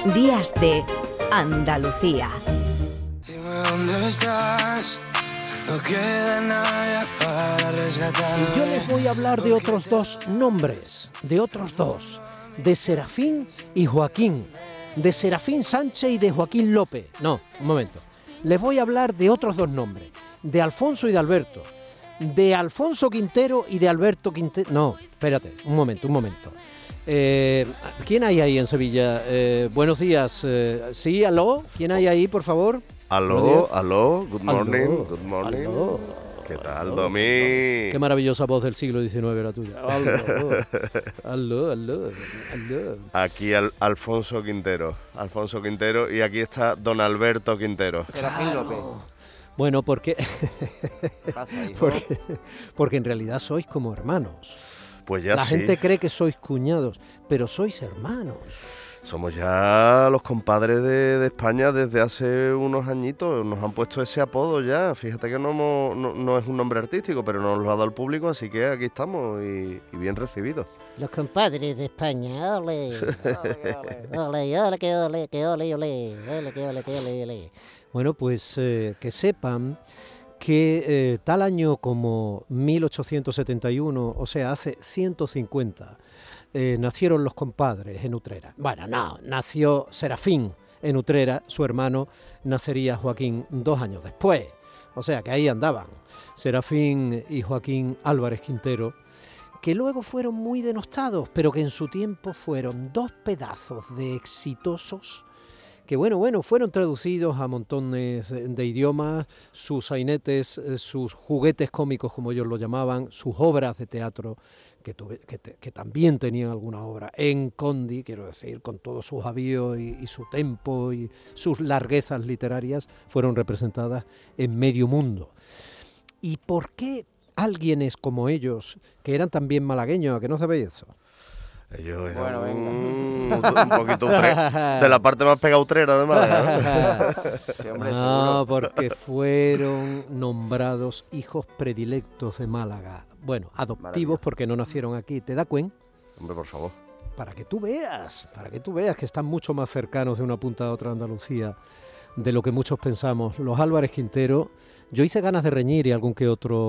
Días de Andalucía. Dime dónde estás, no queda nada para rescatar. Y yo les voy a hablar de otros dos nombres, de Serafín y Joaquín, de Serafín Sánchez y de Joaquín López. No, un momento. Les voy a hablar de otros dos nombres, de Alfonso y de Alberto, de Alfonso Quintero y de Alberto Quintero. No, espérate, un momento. ¿Quién hay ahí en Sevilla? Buenos días. Sí, aló. ¿Quién hay ahí, por favor? Aló, good morning, Aló, good morning. aló, ¿Qué tal, aló, Domi? Qué maravillosa voz del siglo XIX la tuya. Aló. Aquí Alfonso Quintero, y aquí está don Alberto Quintero. Serafín López. Bueno, porque ¿Qué pasa, hijo? porque en realidad sois como hermanos. Pues ya La sí, gente cree que sois cuñados, pero sois hermanos. somos ya los compadres de España desde hace unos añitos. Nos han puesto ese apodo ya. Fíjate que no es un nombre artístico, pero nos lo ha dado el público, así que aquí estamos y bien recibidos. Los compadres de España, ole, ole, que ole. Bueno, pues que sepan que tal año como 1871, o sea, hace 150, nacieron los compadres en Utrera. Bueno, no, nació Serafín en Utrera, su hermano nacería Joaquín 2 años después. O sea, que ahí andaban, Serafín y Joaquín Álvarez Quintero, que luego fueron muy denostados, pero que en su tiempo fueron dos pedazos de exitosos que fueron traducidos a montones de idiomas, sus sainetes, sus juguetes cómicos, como ellos lo llamaban, sus obras de teatro, que también tenían alguna obra en Condi, quiero decir, con todos sus avíos y su tempo y sus larguezas literarias, fueron representadas en medio mundo. ¿Y por qué alguienes como ellos, que eran también malagueños, ¿a que no sabéis eso? Ellos eran Bueno, un poquito de la parte más pegautrera de Málaga, ¿no? Sí, hombre, No, seguro. porque fueron nombrados hijos predilectos de Málaga. Bueno, adoptivos Maravilloso. porque no nacieron aquí. ¿Te da cuenta? Hombre, por favor. Para que tú veas que están mucho más cercanos de una punta a otra de Andalucía de lo que muchos pensamos. Los Álvarez Quintero, yo hice ganas de reñir y alguna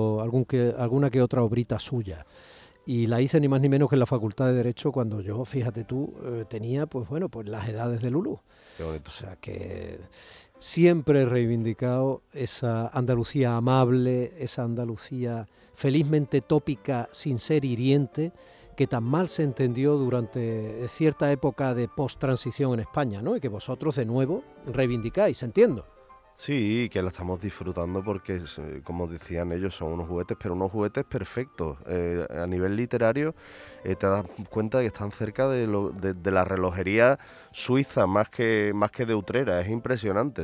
que otra obrita suya. Y la hice ni más ni menos que en la Facultad de Derecho cuando yo, fíjate tú, tenía pues las edades de Lulú. Qué bonito. O sea que siempre he reivindicado esa Andalucía amable, esa Andalucía felizmente tópica sin ser hiriente, que tan mal se entendió durante cierta época de post-transición en España, ¿no? Y que vosotros de nuevo reivindicáis, entiendo. Sí, que la estamos disfrutando porque, como decían ellos, son unos juguetes, pero unos juguetes perfectos. A nivel literario, te das cuenta de que están cerca de la relojería suiza, más que de Utrera. Es impresionante.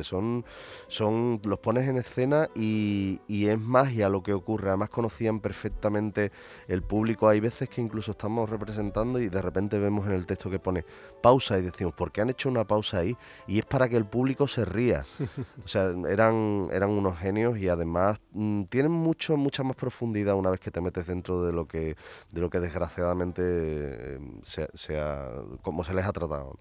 Los pones en escena y es magia lo que ocurre. Además, conocían perfectamente el público. Hay veces que incluso estamos representando y de repente vemos en el texto que pone pausa y decimos, ¿por qué han hecho una pausa ahí? Y es para que el público se ría. O sea, eran unos genios y además tienen mucha más profundidad una vez que te metes dentro de lo que desgraciadamente como se les ha tratado.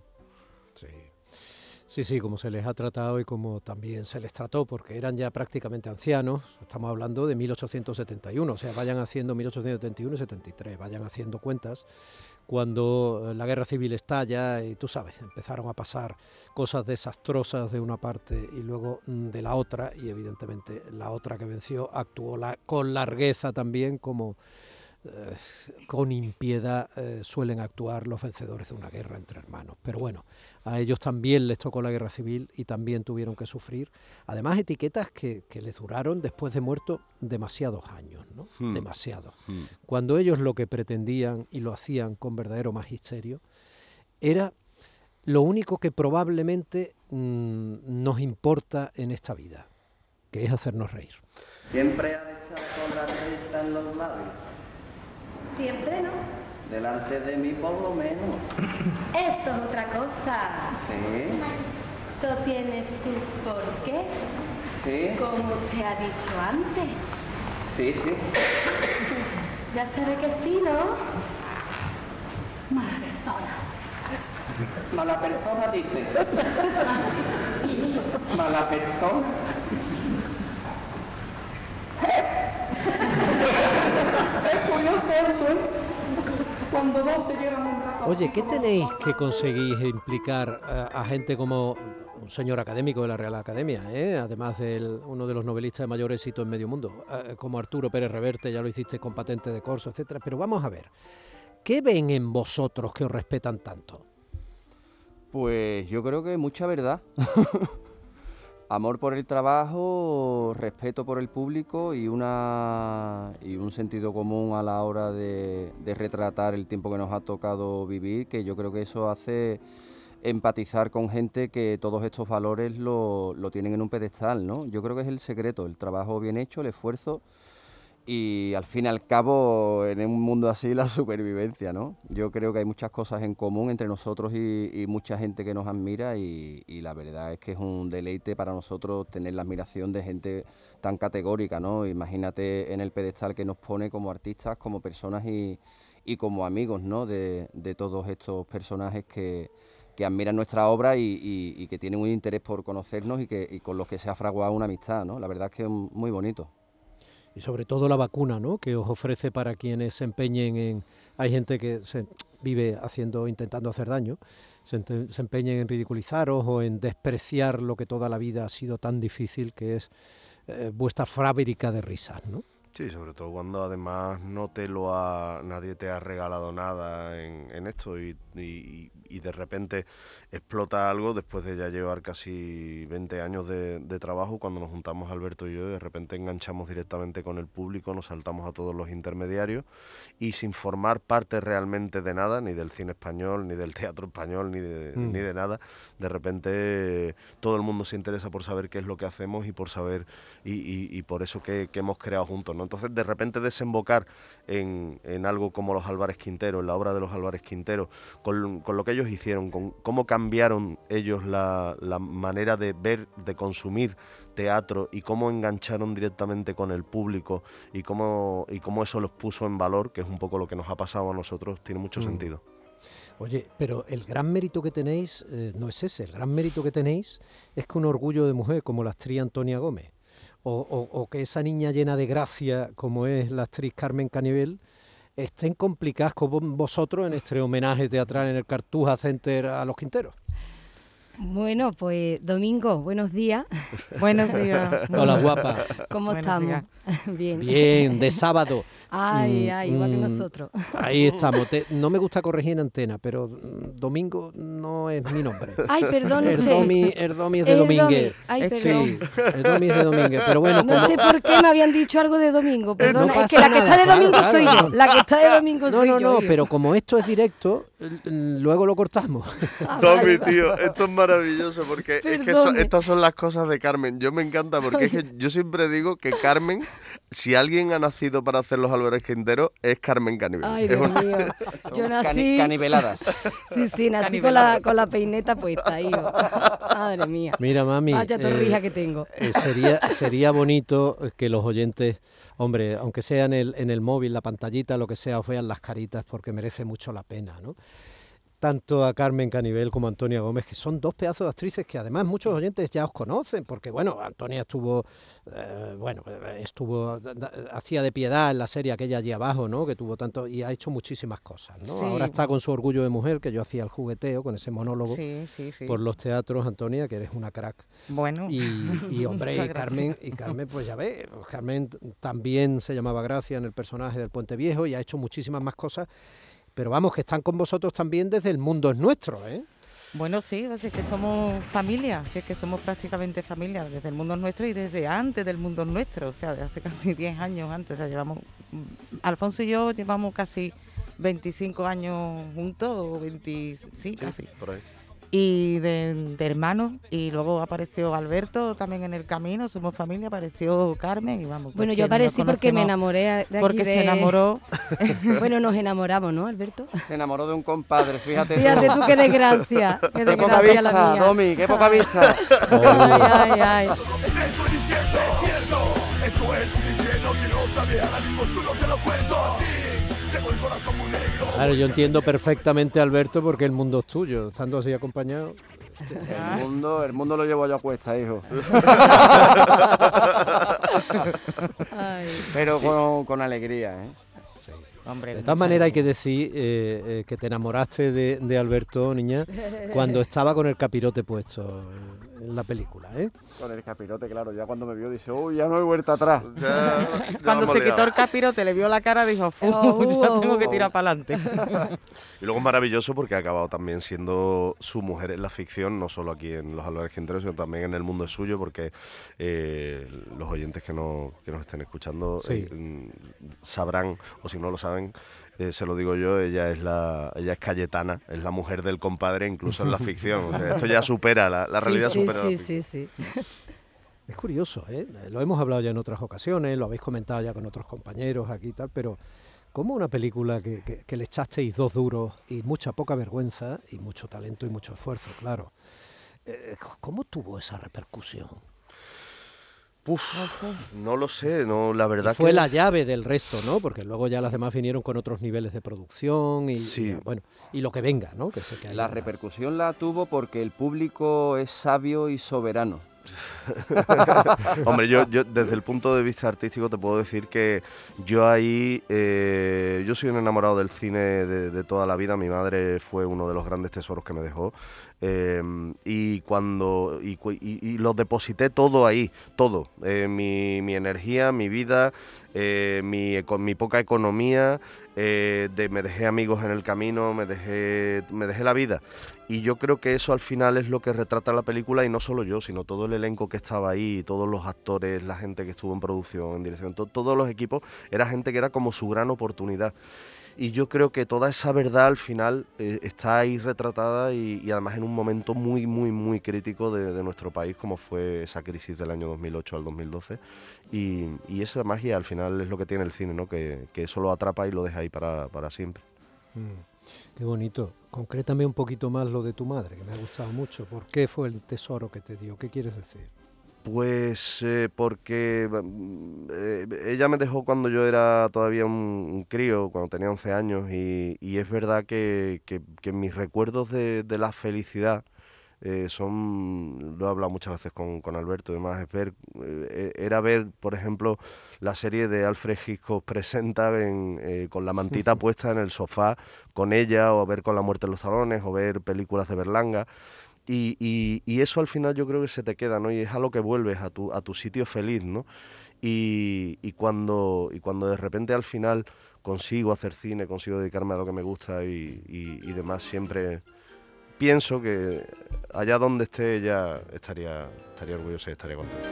Sí, como se les ha tratado y como también se les trató, porque eran ya prácticamente ancianos. Estamos hablando de 1871, o sea, vayan haciendo 1871 y 73, vayan haciendo cuentas. Cuando la guerra civil estalla y tú sabes, empezaron a pasar cosas desastrosas de una parte y luego de la otra, y evidentemente la otra que venció actuó con largueza también, como con impiedad suelen actuar los vencedores de una guerra entre hermanos. Pero bueno, a ellos también les tocó la guerra civil y también tuvieron que sufrir. Además, etiquetas que les duraron después de muerto demasiados años, ¿no? Demasiado. Cuando ellos lo que pretendían y lo hacían con verdadero magisterio era lo único que probablemente nos importa en esta vida, que es hacernos reír. Siempre ha de estar con la risa en los labios. Siempre no. Delante de mí por lo menos. Esto es otra cosa. Sí, Tú tienes tu por qué, sí, como te ha dicho antes. sí. Ya sabe que sí, ¿no? Maradona. Mala persona, dice. Mala persona. Es curioso esto, ¿eh? Cuando dos se llevan un rato. Oye, ¿qué tenéis que conseguís implicar a gente como un señor académico de la Real Academia, además de uno de los novelistas de mayor éxito en medio mundo, como Arturo Pérez Reverte, ya lo hiciste con Patente de Corso, etcétera? Pero vamos a ver, ¿qué ven en vosotros que os respetan tanto? Pues yo creo que mucha verdad. Amor por el trabajo, respeto por el público y un sentido común a la hora de retratar el tiempo que nos ha tocado vivir, que yo creo que eso hace empatizar con gente que todos estos valores lo tienen en un pedestal, ¿no? Yo creo que es el secreto, el trabajo bien hecho, el esfuerzo y al fin y al cabo en un mundo así la supervivencia, ¿no? Yo creo que hay muchas cosas en común entre nosotros y mucha gente que nos admira y la verdad es que es un deleite para nosotros tener la admiración de gente tan categórica, ¿no? Imagínate en el pedestal que nos pone como artistas, como personas y como amigos, ¿no? De todos estos personajes que admiran nuestra obra y que tienen un interés por conocernos y con los que se ha fraguado una amistad, ¿no? La verdad es que es muy bonito. Y sobre todo la vacuna, ¿no?, que os ofrece para quienes se empeñen en... Hay gente que se vive intentando hacer daño, se empeñen en ridiculizaros o en despreciar lo que toda la vida ha sido tan difícil, que es vuestra fábrica de risas, ¿no? Sí, sobre todo cuando además nadie te ha regalado nada en esto y de repente explota algo después de ya llevar casi 20 años de trabajo. Cuando nos juntamos Alberto y yo, de repente enganchamos directamente con el público, nos saltamos a todos los intermediarios y sin formar parte realmente de nada, ni del cine español, ni del teatro español, ni de nada, de repente todo el mundo se interesa por saber qué es lo que hacemos y por saber y por eso que hemos creado juntos, ¿no? Entonces de repente desembocar en algo como los Álvarez Quintero, en la obra de los Álvarez Quintero, con lo que ellos hicieron, con cómo cambiaron ellos la manera de ver, de consumir teatro y cómo engancharon directamente con el público y cómo eso los puso en valor, que es un poco lo que nos ha pasado a nosotros, tiene mucho sentido. Oye, pero el gran mérito que tenéis no es ese, el gran mérito que tenéis es que un orgullo de mujer como la actriz Antonia Gómez o que esa niña llena de gracia como es la actriz Carmen Canivel estén complicadas con vosotros en este homenaje teatral en el Cartuja Center a los Quinteros. Bueno, pues Domingo, buenos días. Buenos días. Hola, guapa. ¿Cómo estamos? Bien. Bien, de sábado. Ay, igual que nosotros. Ahí estamos. No me gusta corregir en antena, pero Domingo no es mi nombre. Ay, perdón. El Domi es de Domínguez. Ay, perdón. Sí, el Domi es de Domínguez, pero bueno. No sé por qué me habían dicho algo de Domingo, perdona. No es que la que está de Domingo claro, soy claro. yo. La que está de Domingo soy yo. No, pero como esto es directo, luego lo cortamos. Tommy, tío, esto es maravilloso porque es que Perdone. estas son las cosas de Carmen. Yo me encanta porque es que yo siempre digo que Carmen, si alguien ha nacido para hacer los Álvarez Quintero, es Carmen Canivel. Ay, Dios mío. Yo nací... Canibeladas. Sí, nací con la peineta puesta, hijo. Madre mía. Mira, mami, Vaya torrija que tengo. sería bonito que los oyentes, hombre, aunque sea en el móvil, la pantallita, lo que sea, os vean las caritas porque merece mucho la pena, ¿no? Tanto a Carmen Canivel como a Antonia Gómez, que son dos pedazos de actrices que además muchos oyentes ya os conocen, porque bueno, Antonia estuvo, hacía de Piedad en la serie aquella allí abajo, ¿no?, que tuvo tanto, y ha hecho muchísimas cosas, ¿no? Sí. Ahora está con su Orgullo de Mujer, que yo hacía el jugueteo con ese monólogo Sí. por los teatros, Antonia, que eres una crack. Bueno. Y hombre, Muchas Carmen, pues ya ves, Carmen también se llamaba Gracia en el personaje del Puente Viejo y ha hecho muchísimas más cosas. Pero vamos, que están con vosotros también desde El Mundo es Nuestro, ¿eh? Bueno, sí, así es que somos familia, así es que somos prácticamente familia, desde El Mundo es Nuestro y desde antes del Mundo es Nuestro, o sea, de hace casi 10 años antes, o sea, Alfonso y yo llevamos casi 25 años juntos, o 20, sí, casi. Por ahí. Y de hermanos, y luego apareció Alberto también en el camino, somos familia, apareció Carmen y vamos. Bueno, pues yo que nos aparecí porque me conocemos enamoré de aquí porque se enamoró. Bueno, nos enamoramos, ¿no, Alberto? Se enamoró de un compadre, fíjate. Fíjate tú qué desgracia. Qué Qué poca desgracia la vista, mía. Domi, qué poca vista. Ay. Estoy diciendo es cierto, esto es un infierno, si no sabía ahora mismo solo te lo cuento así. Tengo Claro, yo entiendo perfectamente, Alberto, porque el mundo es tuyo, estando así acompañado. El mundo lo llevo yo a cuesta, hijo. Pero con alegría, ¿eh? Sí. Hombre, De todas maneras hay que decir que te enamoraste de Alberto, niña, cuando estaba con el capirote puesto en la película, ¿eh? Con el capirote, claro, ya cuando me vio dice, uy, ya no hay vuelta atrás. Ya cuando hemos se liado. quitó el capirote, le vio la cara, dijo, ya tengo que tirar para adelante. Y luego es maravilloso porque ha acabado también siendo su mujer en la ficción, no solo aquí en Los Álvarez Quinteros, sino también en El Mundo es Suyo, porque los oyentes que nos estén escuchando Sí. sabrán, o si no lo saben, se lo digo yo, ella es Cayetana, es la mujer del compadre, incluso en la ficción. O sea, esto ya supera, la realidad Sí, supera la sí, ficción. sí. Es curioso, ¿eh? Lo hemos hablado ya en otras ocasiones, lo habéis comentado ya con otros compañeros aquí y tal, pero como una película que le echasteis 2 duros y mucha poca vergüenza y mucho talento y mucho esfuerzo, claro. ¿Cómo tuvo esa repercusión? Uf, no lo sé, no, la verdad Y fue que... la llave del resto, ¿no? Porque luego ya las demás vinieron con otros niveles de producción y, Sí. bueno, y lo que venga, ¿no? Que sé que hay La más. repercusión la tuvo porque el público es sabio y soberano. Hombre, yo desde el punto de vista artístico te puedo decir que yo ahí, yo soy un enamorado del cine de toda la vida. Mi madre fue uno de los grandes tesoros que me dejó. Y lo deposité todo ahí, todo, mi energía, mi vida, mi poca economía, me dejé amigos en el camino, me dejé la vida. Y yo creo que eso al final es lo que retrata la película, y no solo yo, sino todo el elenco que estaba ahí, todos los actores, la gente que estuvo en producción, en dirección, todos los equipos, era gente que era como su gran oportunidad. Y yo creo que toda esa verdad al final está ahí retratada y además en un momento muy, muy, muy crítico de nuestro país, como fue esa crisis del año 2008 al 2012. Y esa magia al final es lo que tiene el cine, ¿no? Que eso lo atrapa y lo deja ahí para siempre. Qué bonito. Concrétame un poquito más lo de tu madre, que me ha gustado mucho. ¿Por qué fue el tesoro que te dio? ¿Qué quieres decir? Pues porque ella me dejó cuando yo era todavía un crío, cuando tenía 11 años, y es verdad que mis recuerdos de la felicidad son, lo he hablado muchas veces con Alberto, además, era ver, por ejemplo, la serie de Alfred Hitchcock Presenta con la mantita puesta en el sofá con ella, o ver Con la muerte en los salones, o ver películas de Berlanga. Y eso al final yo creo que se te queda, ¿no? Y es a lo que vuelves, a tu sitio feliz, ¿no? Y cuando de repente al final consigo hacer cine, consigo dedicarme a lo que me gusta y demás, siempre pienso que allá donde esté ella estaría orgullosa y estaría contenta.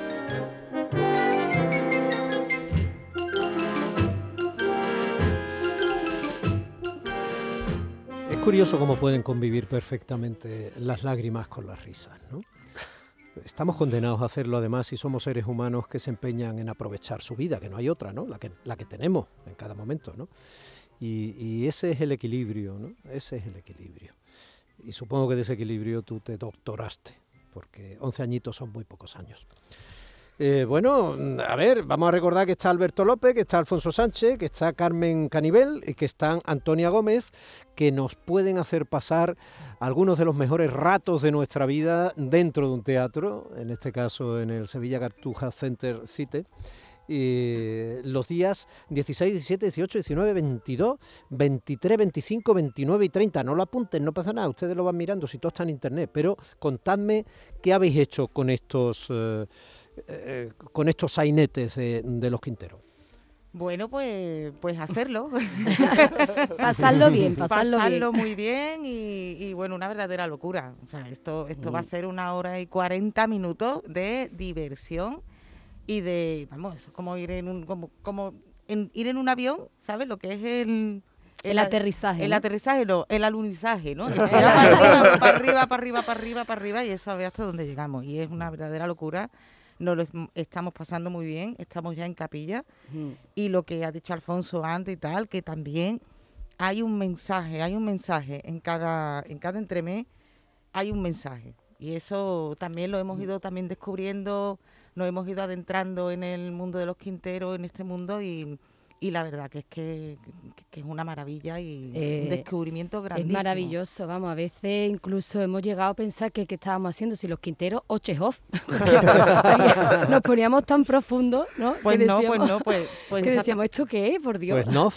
Es curioso cómo pueden convivir perfectamente las lágrimas con las risas, ¿no? Estamos condenados a hacerlo además si somos seres humanos que se empeñan en aprovechar su vida, que no hay otra, ¿no? La que tenemos en cada momento, ¿no? Y ese es el equilibrio, ¿no? Ese es el equilibrio. Y supongo que de ese equilibrio tú te doctoraste, porque 11 añitos son muy pocos años. Bueno, a ver, vamos a recordar que está Alberto López, que está Alfonso Sánchez, que está Carmen Canivel y que están Antonia Gómez, que nos pueden hacer pasar algunos de los mejores ratos de nuestra vida dentro de un teatro, en este caso en el Sevilla Cartuja Center Cite. Los días 16, 17, 18, 19, 22, 23, 25, 29 y 30. No lo apunten, no pasa nada, ustedes lo van mirando si todo está en internet, pero contadme qué habéis hecho con estos sainetes de los Quinteros. Bueno, pues hacerlo. Pasarlo bien, Pasarlo muy bien y bueno, una verdadera locura. O sea, esto va a ser 1 hora y 40 minutos de diversión y de, vamos, como ir en ir en un avión, ¿sabes? Lo que es el aterrizaje. El aterrizaje, no, el alunizaje, ¿no? Para arriba, y eso a ver hasta dónde llegamos. Y es una verdadera locura. Nos lo estamos pasando muy bien, estamos ya en capilla. Y lo que ha dicho Alfonso antes y tal, que también hay un mensaje en cada entremés, hay un mensaje. Y eso también lo hemos ido también descubriendo, nos hemos ido adentrando en el mundo de los Quinteros, en este mundo, y Y la verdad que es una maravilla y un descubrimiento grandísimo. Es maravilloso, vamos, a veces incluso hemos llegado a pensar que qué estábamos haciendo, si Los Quinteros o Chekhov. Nos poníamos tan profundos, ¿no? Pues que no, decíamos, pues que decíamos, ¿esto qué es? Por Dios. Pues no,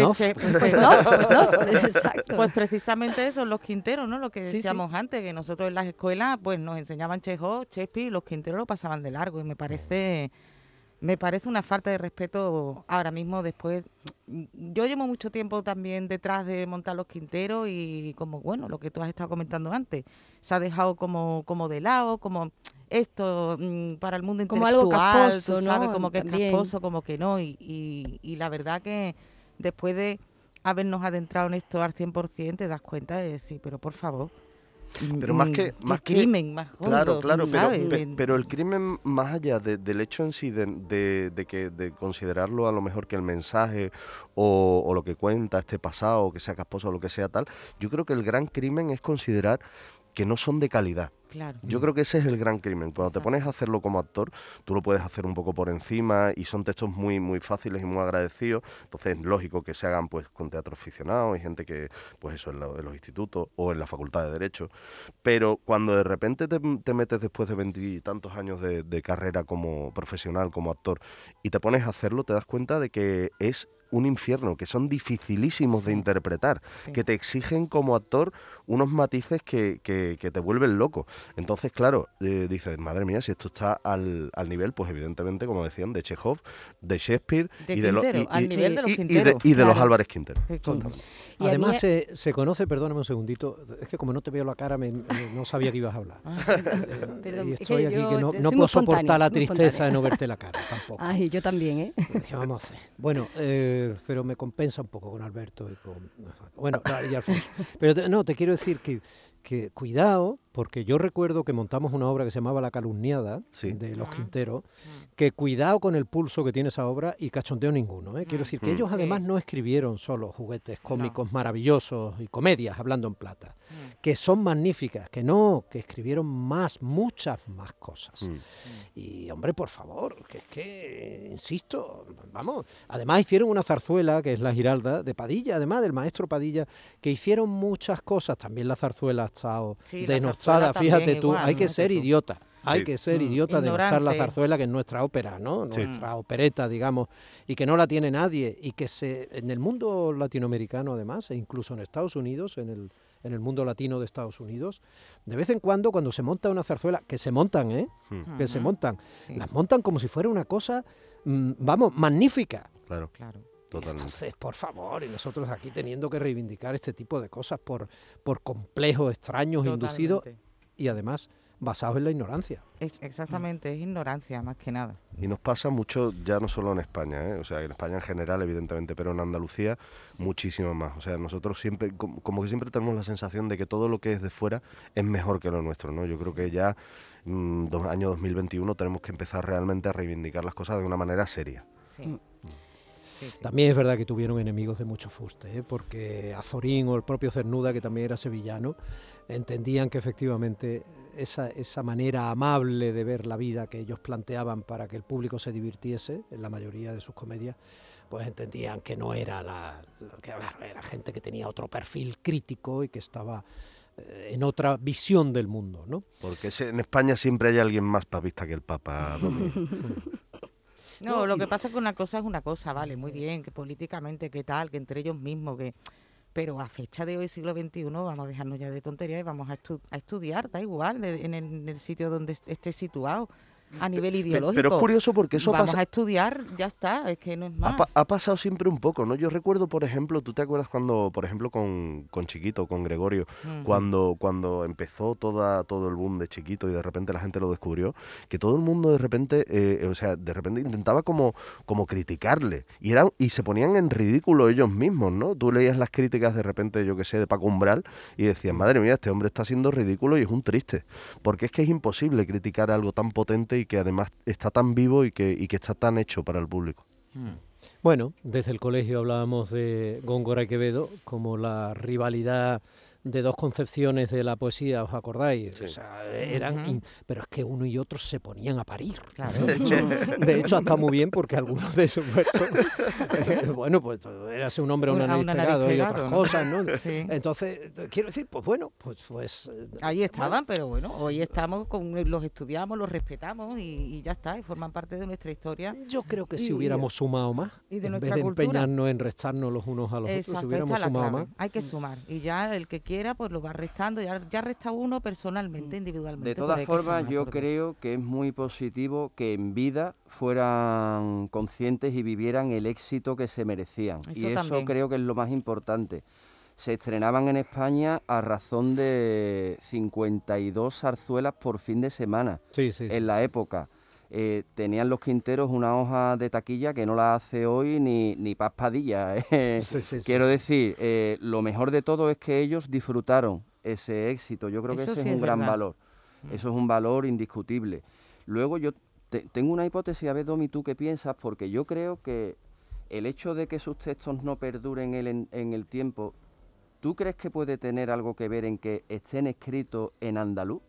exacto. Pues precisamente eso, Los Quinteros, ¿no? Lo que Sí, decíamos antes, que nosotros en las escuelas pues nos enseñaban Chekhov, Shakespeare, y Los Quinteros lo pasaban de largo y me parece una falta de respeto ahora mismo después. Yo llevo mucho tiempo también detrás de montar Los Quinteros y como, bueno, lo que tú has estado comentando antes, se ha dejado como de lado, como esto para el mundo como intelectual, algo casposo, tú sabes, ¿no? como que También. es casposo, como que no. Y la verdad que después de habernos adentrado en esto al 100%, te das cuenta de decir, pero por favor... Pero más que crimen, más claro, ¿sabes? pero el crimen más allá del hecho en sí de considerarlo a lo mejor que el mensaje o lo que cuenta este pasado, o que sea casposo o lo que sea tal, yo creo que el gran crimen es considerar que no son de calidad. Claro. Yo creo que ese es el gran crimen. Cuando te pones a hacerlo como actor, tú lo puedes hacer un poco por encima y son textos muy muy fáciles y muy agradecidos. Entonces es lógico que se hagan pues con teatro aficionado y gente que, pues eso, en los institutos o en la Facultad de Derecho. Pero cuando de repente te metes después de 20 y tantos años de carrera como profesional, como actor, y te pones a hacerlo, te das cuenta de que es un infierno, que son dificilísimos de interpretar, que te exigen como actor unos matices que te vuelven loco. Entonces, claro, dices, madre mía, si esto está al nivel, pues evidentemente, como decían, de Chekhov, de Shakespeare y de los Álvarez Quintero. Además se conoce, perdóname un segundito, es que como no te veo la cara, no sabía que ibas a hablar. Perdón, y estoy aquí que no soy puedo muy soportar la espontánea, muy tristeza de no verte la cara, tampoco. Ay, yo también, ¿eh? ¿Qué vamos a hacer? Bueno, pero me compensa un poco con Alberto y con... Bueno, y Alfonso. Pero te quiero decir que cuidado, porque yo recuerdo que montamos una obra que se llamaba La Calumniada, de Los Quinteros, que cuidado con el pulso que tiene esa obra y cachondeo ninguno. Quiero decir que ellos además no escribieron solo juguetes cómicos maravillosos y comedias, hablando en plata, que son magníficas, que escribieron muchas más cosas. Y hombre, por favor, que es que, insisto, vamos, además hicieron una zarzuela, que es La Giralda, de Padilla, además del maestro Padilla, que hicieron muchas cosas, también la zarzuela ha estado denostada, fíjate tú, hay que ser idiota. Hay que ser idiota de denostar la zarzuela, que es nuestra ópera, ¿no? Nuestra opereta, digamos, y que no la tiene nadie, y que en el mundo latinoamericano además, e incluso en Estados Unidos, en el mundo latino de Estados Unidos, de vez en cuando se monta una zarzuela, que se montan, que se montan, las montan como si fuera una cosa, vamos, magnífica. Claro. Totalmente. Entonces, por favor, y nosotros aquí teniendo que reivindicar este tipo de cosas por complejos, extraños, inducidos, y además basados en la ignorancia. Exactamente, es ignorancia más que nada. Y nos pasa mucho, ya no solo en España, o sea, en España en general, evidentemente, pero en Andalucía muchísimo más. O sea, nosotros siempre, como que siempre tenemos la sensación de que todo lo que es de fuera es mejor que lo nuestro, ¿no? Yo creo que ya, año 2021, tenemos que empezar realmente a reivindicar las cosas de una manera seria. Sí. También es verdad que tuvieron enemigos de mucho fuste, porque Azorín o el propio Cernuda, que también era sevillano, entendían que efectivamente esa manera amable de ver la vida que ellos planteaban para que el público se divirtiese en la mayoría de sus comedias, pues entendían que no era era gente que tenía otro perfil crítico y que estaba en otra visión del mundo, ¿no? Porque en España siempre hay alguien más papista que el Papa. No, lo que pasa es que una cosa es una cosa, vale, muy bien, que políticamente, que tal, que entre ellos mismos, pero a fecha de hoy, siglo XXI, vamos a dejarnos ya de tonterías y vamos a estudiar, da igual, en el sitio donde esté situado, a nivel ideológico. Pero es curioso porque eso vamos a estudiar, ya está, es que no es más. Ha pasado siempre un poco, ¿no? Yo recuerdo, por ejemplo, ¿tú te acuerdas cuando, por ejemplo, con Chiquito, con Gregorio, cuando empezó todo el boom de Chiquito y de repente la gente lo descubrió, que todo el mundo de repente intentaba como criticarle y se ponían en ridículo ellos mismos, ¿no? Tú leías las críticas de repente, yo qué sé, de Paco Umbral y decías, madre mía, este hombre está siendo ridículo y es un triste, porque es que es imposible criticar algo tan potente y que además está tan vivo y que está tan hecho para el público. Bueno, desde el colegio hablábamos de Góngora y Quevedo como la rivalidad de dos concepciones de la poesía, ¿os acordáis? Sí. O sea, eran, pero es que uno y otro se ponían a parir. Claro. De hecho, está muy bien porque algunos de esos versos, bueno, pues érase un hombre a una nariz pegado y otras cosas, ¿no? Sí. Entonces, quiero decir, pues bueno, pues ahí estaban, pero bueno, hoy estamos, los estudiamos, los respetamos y ya está, y forman parte de nuestra historia. Yo creo que si hubiéramos sumado más, y de en vez nuestra de cultura. empeñarnos en restarnos los unos a los otros, si hubiéramos sumado más. Hay que sumar, y ya el que quiera pues lo va restando, ya resta uno personalmente, individualmente. De todas formas, yo creo que es muy positivo que en vida fueran conscientes y vivieran el éxito que se merecían. Eso y también. eso creo que es lo más importante. Se estrenaban en España a razón de 52 zarzuelas por fin de semana en la época. Tenían los Quinteros una hoja de taquilla que no la hace hoy ni Paz Padilla. Quiero decir, lo mejor de todo es que ellos disfrutaron ese éxito. Yo creo que ese es un gran valor. Eso es un valor indiscutible. Luego yo tengo una hipótesis, a ver, Domi, ¿tú qué piensas? Porque yo creo que el hecho de que sus textos no perduren en el tiempo, ¿tú crees que puede tener algo que ver en que estén escritos en andaluz?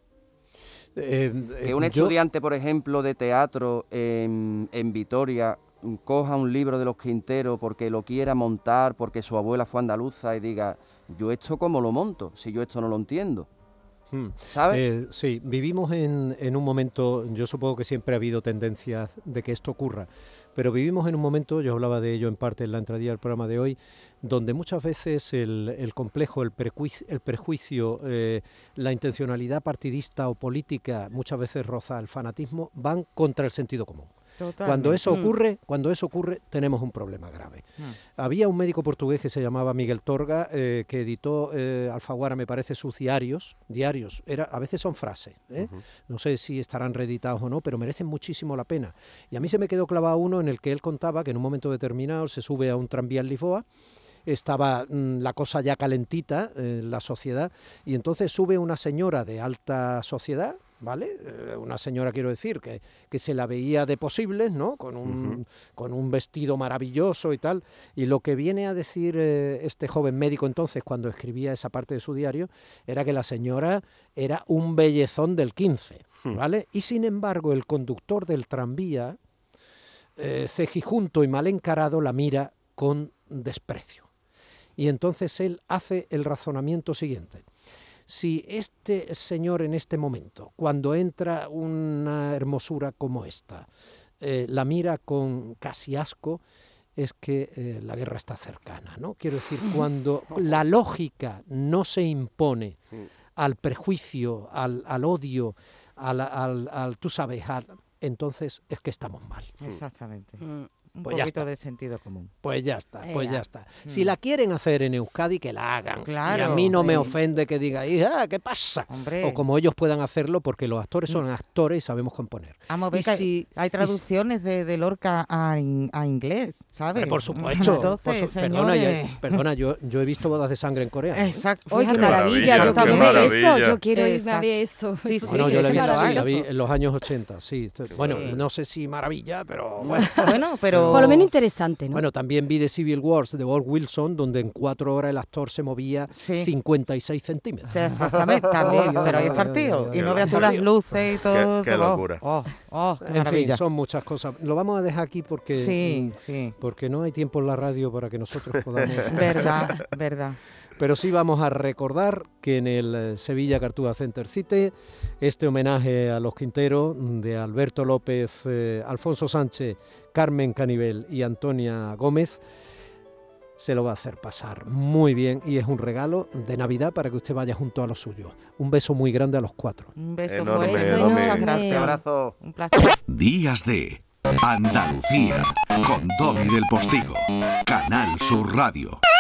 Que un estudiante, por ejemplo, de teatro en Vitoria coja un libro de los Quinteros porque lo quiera montar, porque su abuela fue andaluza y diga, yo esto cómo lo monto, si yo esto no lo entiendo. ¿Sabes? Sí, vivimos en un momento, yo supongo que siempre ha habido tendencias de que esto ocurra, pero vivimos en un momento, yo hablaba de ello en parte en la entradilla del programa de hoy, donde muchas veces el complejo, el prejuicio, la intencionalidad partidista o política, muchas veces roza el fanatismo, van contra el sentido común. Totalmente. Cuando eso ocurre, tenemos un problema grave. Había un médico portugués que se llamaba Miguel Torga, que editó Alfaguara, me parece, sus diarios, a veces son frases, no sé si estarán reeditados o no, pero merecen muchísimo la pena. Y a mí se me quedó clavado uno en el que él contaba que en un momento determinado se sube a un tranvía en Lisboa, estaba la cosa ya calentita en la sociedad, y entonces sube una señora de alta sociedad, ¿vale? Una señora, quiero decir, que se la veía de posibles, ¿no? Con un vestido maravilloso y tal, y lo que viene a decir este joven médico entonces, cuando escribía esa parte de su diario, era que la señora era un bellezón del 15, ¿vale? Y sin embargo, el conductor del tranvía, cejijunto y mal encarado, la mira con desprecio. Y entonces él hace el razonamiento siguiente. Si este señor en este momento, cuando entra una hermosura como esta, la mira con casi asco, es que la guerra está cercana, ¿no? Quiero decir, cuando la lógica no se impone al prejuicio, al odio, tú sabes, entonces es que estamos mal. Exactamente. Un Pues ya poquito está. de sentido común. Pues ya está. Si la quieren hacer en Euskadi, que la hagan. Claro, y a mí no me ofende que diga, ¿qué pasa? Hombre. O como ellos puedan hacerlo, porque los actores son actores y sabemos componer. Vamos a ver que hay traducciones de Lorca a inglés, ¿sabes? Por supuesto. Entonces, perdona, yo he visto Bodas de Sangre en Corea. Exacto. ¡Oye, qué Fíjate. maravilla! Yo también eso. Yo quiero irme a Exacto. ver eso. Sí, Eso sí. Bueno, yo la he visto, maravilloso. la vi en los años 80, sí. Bueno, no sé si maravilla, pero bueno. Bueno, pero... Por lo menos interesante, ¿no? Bueno, también vi The Civil Wars de Walt Wilson, donde en 4 horas el actor se movía 56 centímetros. Sí, exactamente, también. Pero ahí está el tío. Y no veas tú las luces y todo. Qué locura. Qué En maravilla. fin, son muchas cosas. Lo vamos a dejar aquí porque, porque no hay tiempo en la radio para que nosotros podamos... Verdad. Pero sí vamos a recordar que en el Sevilla Cartuja Center City, este homenaje a los Quinteros de Alberto López, Alfonso Sánchez, Carmen Canivel y Antonia Gómez, se lo va a hacer pasar muy bien y es un regalo de Navidad para que usted vaya junto a los suyos. Un beso muy grande a los 4. Un beso Enorme, fuerte. enorme. Muchas Un gracias. abrazo. Un placer. Días de Andalucía con Domi del Postigo, Canal Sur Radio.